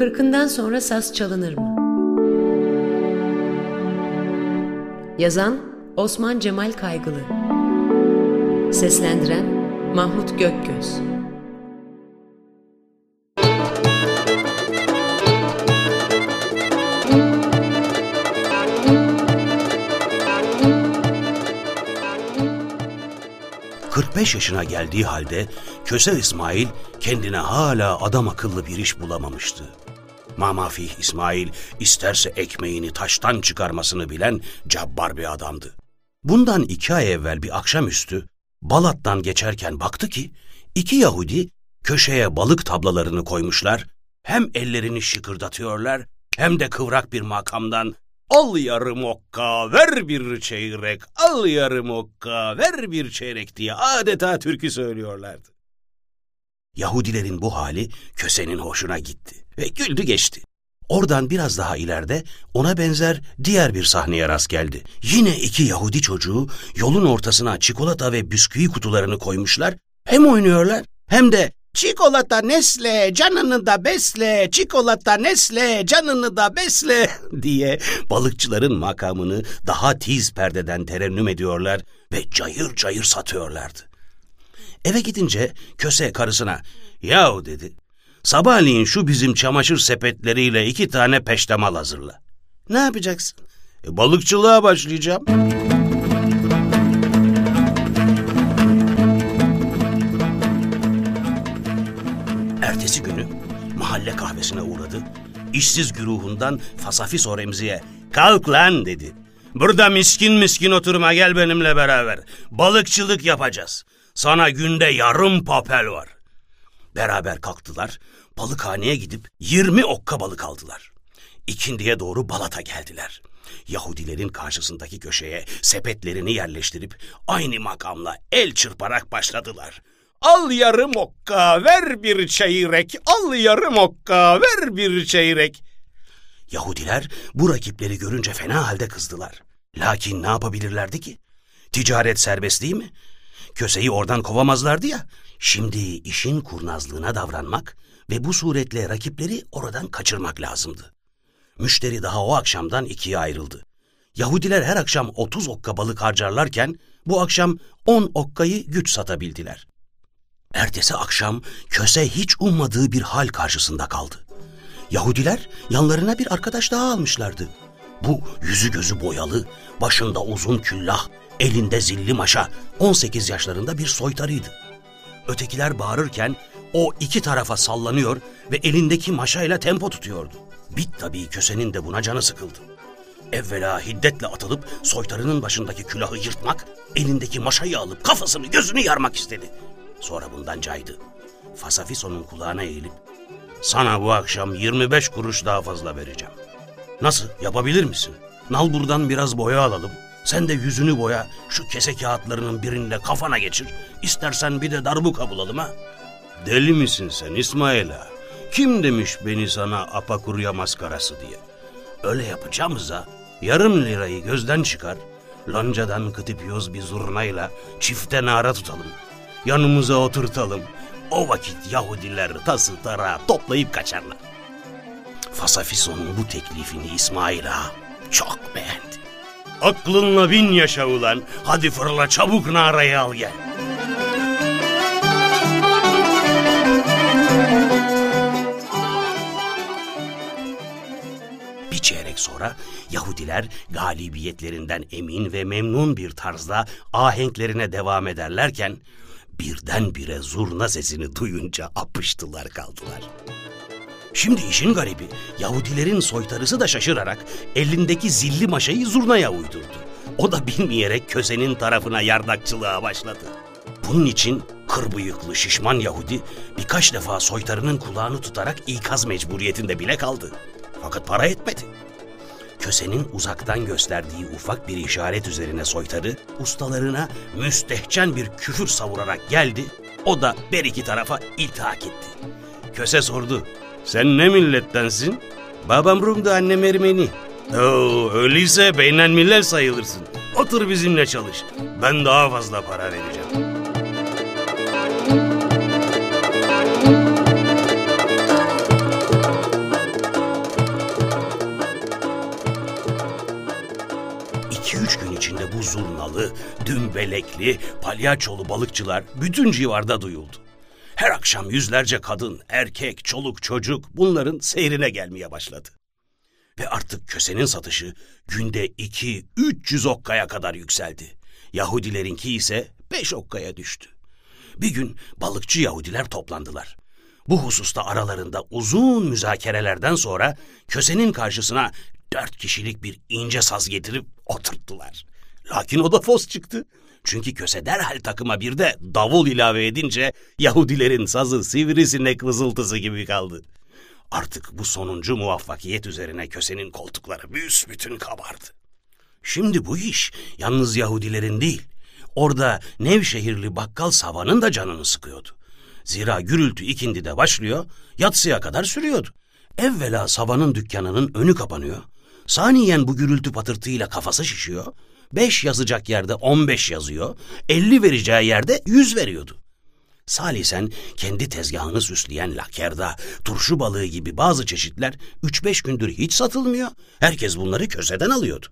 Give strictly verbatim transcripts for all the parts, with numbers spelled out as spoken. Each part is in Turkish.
Kırkından sonra saz çalınır mı? Yazan Osman Cemal Kaygılı. Seslendiren Mahmut Gökgöz. kırk beş yaşına geldiği halde Köse İsmail kendine hala adam akıllı bir iş bulamamıştı. Mamafih İsmail isterse ekmeğini taştan çıkarmasını bilen cabbar bir adamdı. Bundan iki ay evvel bir akşamüstü Balat'tan geçerken baktı ki iki Yahudi köşeye balık tablalarını koymuşlar, hem ellerini şıkırdatıyorlar hem de kıvrak bir makamdan "Al yarım okka, ver bir çeyrek, al yarım okka, ver bir çeyrek" diye adeta türkü söylüyorlardı. Yahudilerin bu hali Köse'nin hoşuna gitti ve güldü geçti. Oradan biraz daha ileride ona benzer diğer bir sahneye rast geldi. Yine iki Yahudi çocuğu yolun ortasına çikolata ve bisküvi kutularını koymuşlar, hem oynuyorlar hem de "Çikolata Nesle, canını da besle, çikolata Nesle, canını da besle" diye balıkçıların makamını daha tiz perdeden terennüm ediyorlar ve cayır cayır satıyorlardı. Eve gidince Köse karısına "Yahu" dedi, "sabahleyin şu bizim çamaşır sepetleriyle iki tane peştemal hazırla." "Ne yapacaksın?" E, "Balıkçılığa başlayacağım." Ertesi günü mahalle kahvesine uğradı. İşsiz güruhundan Fasafiso Remzi'ye "Kalk lan" dedi. "Burada miskin miskin oturma, gel benimle beraber. Balıkçılık yapacağız. Sana günde yarım papel var." Beraber kalktılar, balıkhaneye gidip yirmi okka balık aldılar. İkindiye doğru Balat'a geldiler. Yahudilerin karşısındaki köşeye sepetlerini yerleştirip aynı makamla el çırparak başladılar. "Al yarım okka, ver bir çeyrek, al yarım okka, ver bir çeyrek." Yahudiler bu rakipleri görünce fena halde kızdılar. Lakin ne yapabilirlerdi ki? Ticaret serbest değil mi? Köseyi oradan kovamazlardı ya. Şimdi işin kurnazlığına davranmak ve bu suretle rakipleri oradan kaçırmak lazımdı. Müşteri daha o akşamdan ikiye ayrıldı. Yahudiler her akşam otuz okka balık harcarlarken bu akşam on okkayı güç satabildiler. Ertesi akşam Köse hiç ummadığı bir hal karşısında kaldı. Yahudiler yanlarına bir arkadaş daha almışlardı. Bu yüzü gözü boyalı, başında uzun küllah, elinde zilli maşa, on sekiz yaşlarında bir soytarıydı. Ötekiler bağırırken o iki tarafa sallanıyor ve elindeki maşayla tempo tutuyordu. Bit tabii Köse'nin de buna canı sıkıldı. Evvela hiddetle atılıp soytarının başındaki külahı yırtmak, elindeki maşayı alıp kafasını gözünü yarmak istedi. Sonra bundan caydı. Fasafiso'nun kulağına eğilip "Sana bu akşam yirmi beş kuruş daha fazla vereceğim. Nasıl, yapabilir misin? Nal buradan biraz boya alalım. Sen de yüzünü boya, şu kese kağıtlarının birinde kafana geçir. İstersen bir de darbuka bulalım ha." "Deli misin sen İsmail'a? Kim demiş beni sana apakurya maskarası diye? Öyle yapacağımıza yarım lirayı gözden çıkar, loncadan kıtıpyoz bir zurnayla çifte nara tutalım. Yanımıza oturtalım. O vakit Yahudiler tası tarağı toplayıp kaçarlar." Fasafiso'nun bu teklifini İsmail Ağa çok beğendi. "Aklınla bin yaşa ulan, hadi fırla çabuk narayı al gel." Bir çeyrek sonra Yahudiler galibiyetlerinden emin ve memnun bir tarzda ahenklerine devam ederlerken birdenbire zurna sesini duyunca apıştılar kaldılar. Şimdi işin garibi, Yahudilerin soytarısı da şaşırarak elindeki zilli maşayı zurnaya uydurdu. O da bilmeyerek Köse'nin tarafına yardakçılığa başladı. Bunun için kır bıyıklı şişman Yahudi birkaç defa soytarının kulağını tutarak ikaz mecburiyetinde bile kaldı. Fakat para etmedi. Köse'nin uzaktan gösterdiği ufak bir işaret üzerine soytarı ustalarına müstehcen bir küfür savurarak geldi. O da bir iki tarafa iltihak etti. Köse sordu, "Sen ne millettensin?" "Babam Rum'da, annem Ermeni." "Oo, öyleyse beynen millet sayılırsın. Otur bizimle çalış. Ben daha fazla para vereceğim." zurnalı, dümbelekli, palyaçolu balıkçılar bütün civarda duyuldu. Her akşam yüzlerce kadın, erkek, çoluk, çocuk bunların seyrine gelmeye başladı. Ve artık kösenin satışı günde iki üç yüz okkaya kadar yükseldi. Yahudilerinki ise beş okkaya düştü. Bir gün balıkçı Yahudiler toplandılar. Bu hususta aralarında uzun müzakerelerden sonra kösenin karşısına dört kişilik bir ince saz getirip oturttular. Lakin o da fos çıktı. Çünkü köse derhal takıma bir de davul ilave edince Yahudilerin sazı sivrisinek vızıltısı gibi kaldı. Artık bu sonuncu muvaffakiyet üzerine kösenin koltukları büsbütün kabardı. Şimdi bu iş yalnız Yahudilerin değil, orada Nevşehirli bakkal Sava'nın da canını sıkıyordu. Zira gürültü ikindide başlıyor, yatsıya kadar sürüyordu. Evvela Sava'nın dükkanının önü kapanıyor. Saniyen bu gürültü patırtıyla kafası şişiyor. Beş yazacak yerde on beş yazıyor, elli vereceği yerde yüz veriyordu. Salisen kendi tezgahını süsleyen lakerda, turşu balığı gibi bazı çeşitler üç beş gündür hiç satılmıyor. Herkes bunları köseden alıyordu.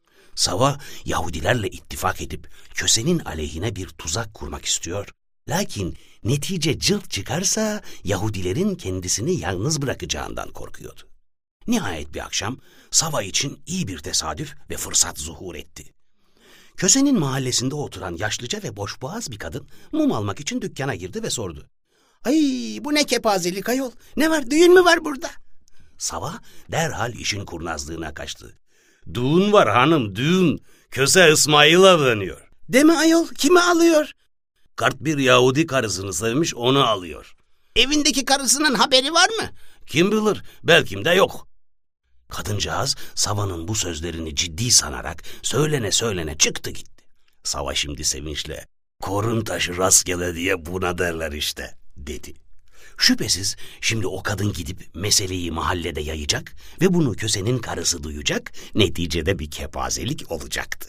Sava Yahudilerle ittifak edip kösenin aleyhine bir tuzak kurmak istiyor. Lakin netice cılk çıkarsa Yahudilerin kendisini yalnız bırakacağından korkuyordu. Nihayet bir akşam Sava için iyi bir tesadüf ve fırsat zuhur etti. Kösenin mahallesinde oturan yaşlıca ve boşboğaz bir kadın mum almak için dükkana girdi ve sordu. "Ay, bu ne kepazelik ayol? Ne var, düğün mü var burada?" Sava derhal işin kurnazlığına kaçtı. "Düğün var hanım, düğün. Köse İsmail avlanıyor." "Deme ayol, kimi alıyor?" "Kart bir Yahudi karısını sevmiş, onu alıyor." "Evindeki karısının haberi var mı?" "Kim bilir, belki de yok." Kadıncağız Sava'nın bu sözlerini ciddi sanarak söylene söylene çıktı gitti. Sava şimdi sevinçle "Korun taşı rastgele diye buna derler işte" dedi. Şüphesiz şimdi o kadın gidip meseleyi mahallede yayacak ve bunu kösenin karısı duyacak, neticede bir kepazelik olacaktı.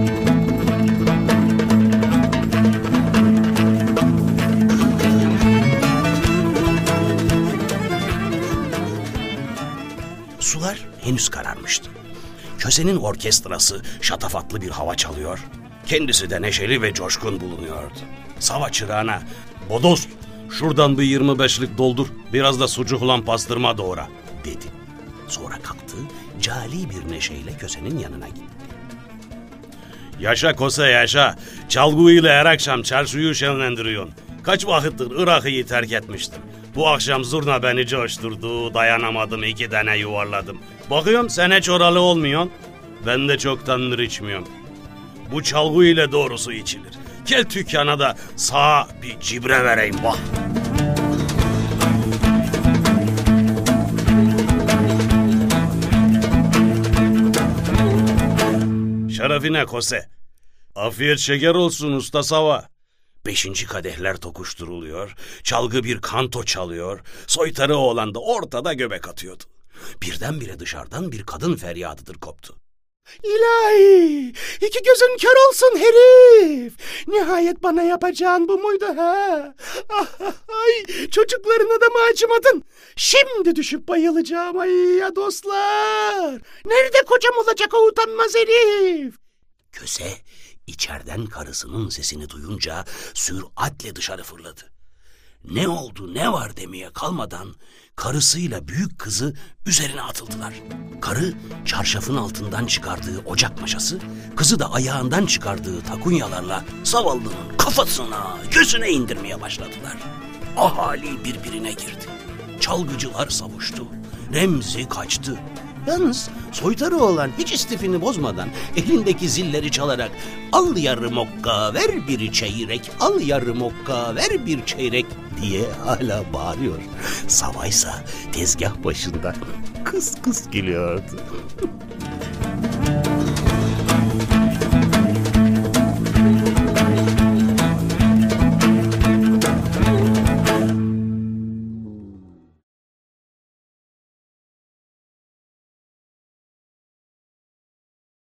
Sular henüz kararmıştı. Kösenin orkestrası şatafatlı bir hava çalıyor. Kendisi de neşeli ve coşkun bulunuyordu. Sava çırağına "Bodost, şuradan bir yirmi beşlik doldur, biraz da sucukla pastırma doğra" dedi. Sonra kalktı, cali bir neşeyle kösenin yanına gitti. "Yaşa Kose yaşa, çalgıyla her akşam çarşıyı şenlendiriyorsun. Kaç vakittir Irak'ı terk etmiştim. Bu akşam zurna beni coşturdu, dayanamadım, iki tane yuvarladım. Bakıyorum sen hiç oralı olmuyorsun, ben de çoktandır içmiyorum. Bu çalgı ile doğrusu içilir. Gel dükkana da sağa bir cibre vereyim bak." "Şerefine Kose. Afiyet şeker olsun usta Sava." Beşinci kadehler tokuşturuluyor, çalgı bir kanto çalıyor, soytarı oğlan da ortada göbek atıyordu. Birdenbire dışarıdan bir kadın feryadıdır koptu. "İlahi, iki gözün kör olsun herif! Nihayet bana yapacağın bu muydu ha? Ah, ah, ay, çocuklarına da mı acımadın? Şimdi düşüp bayılacağım ay ya dostlar! Nerede kocam olacak o utanmaz herif?" Köse içeriden karısının sesini duyunca süratle dışarı fırladı. Ne oldu ne var demeye kalmadan karısıyla büyük kızı üzerine atıldılar. Karı çarşafın altından çıkardığı ocak maşası, kızı da ayağından çıkardığı takunyalarla zavallının kafasına, gözüne indirmeye başladılar. Ahali birbirine girdi. Çalgıcılar savuştu. Remzi kaçtı. Yalnız soytarı olan hiç istifini bozmadan elindeki zilleri çalarak "Al yarım okka ver bir çeyrek, al yarım okka ver bir çeyrek" diye hala bağırıyor. Savaysa tezgah başında kıs kıs gülüyordu.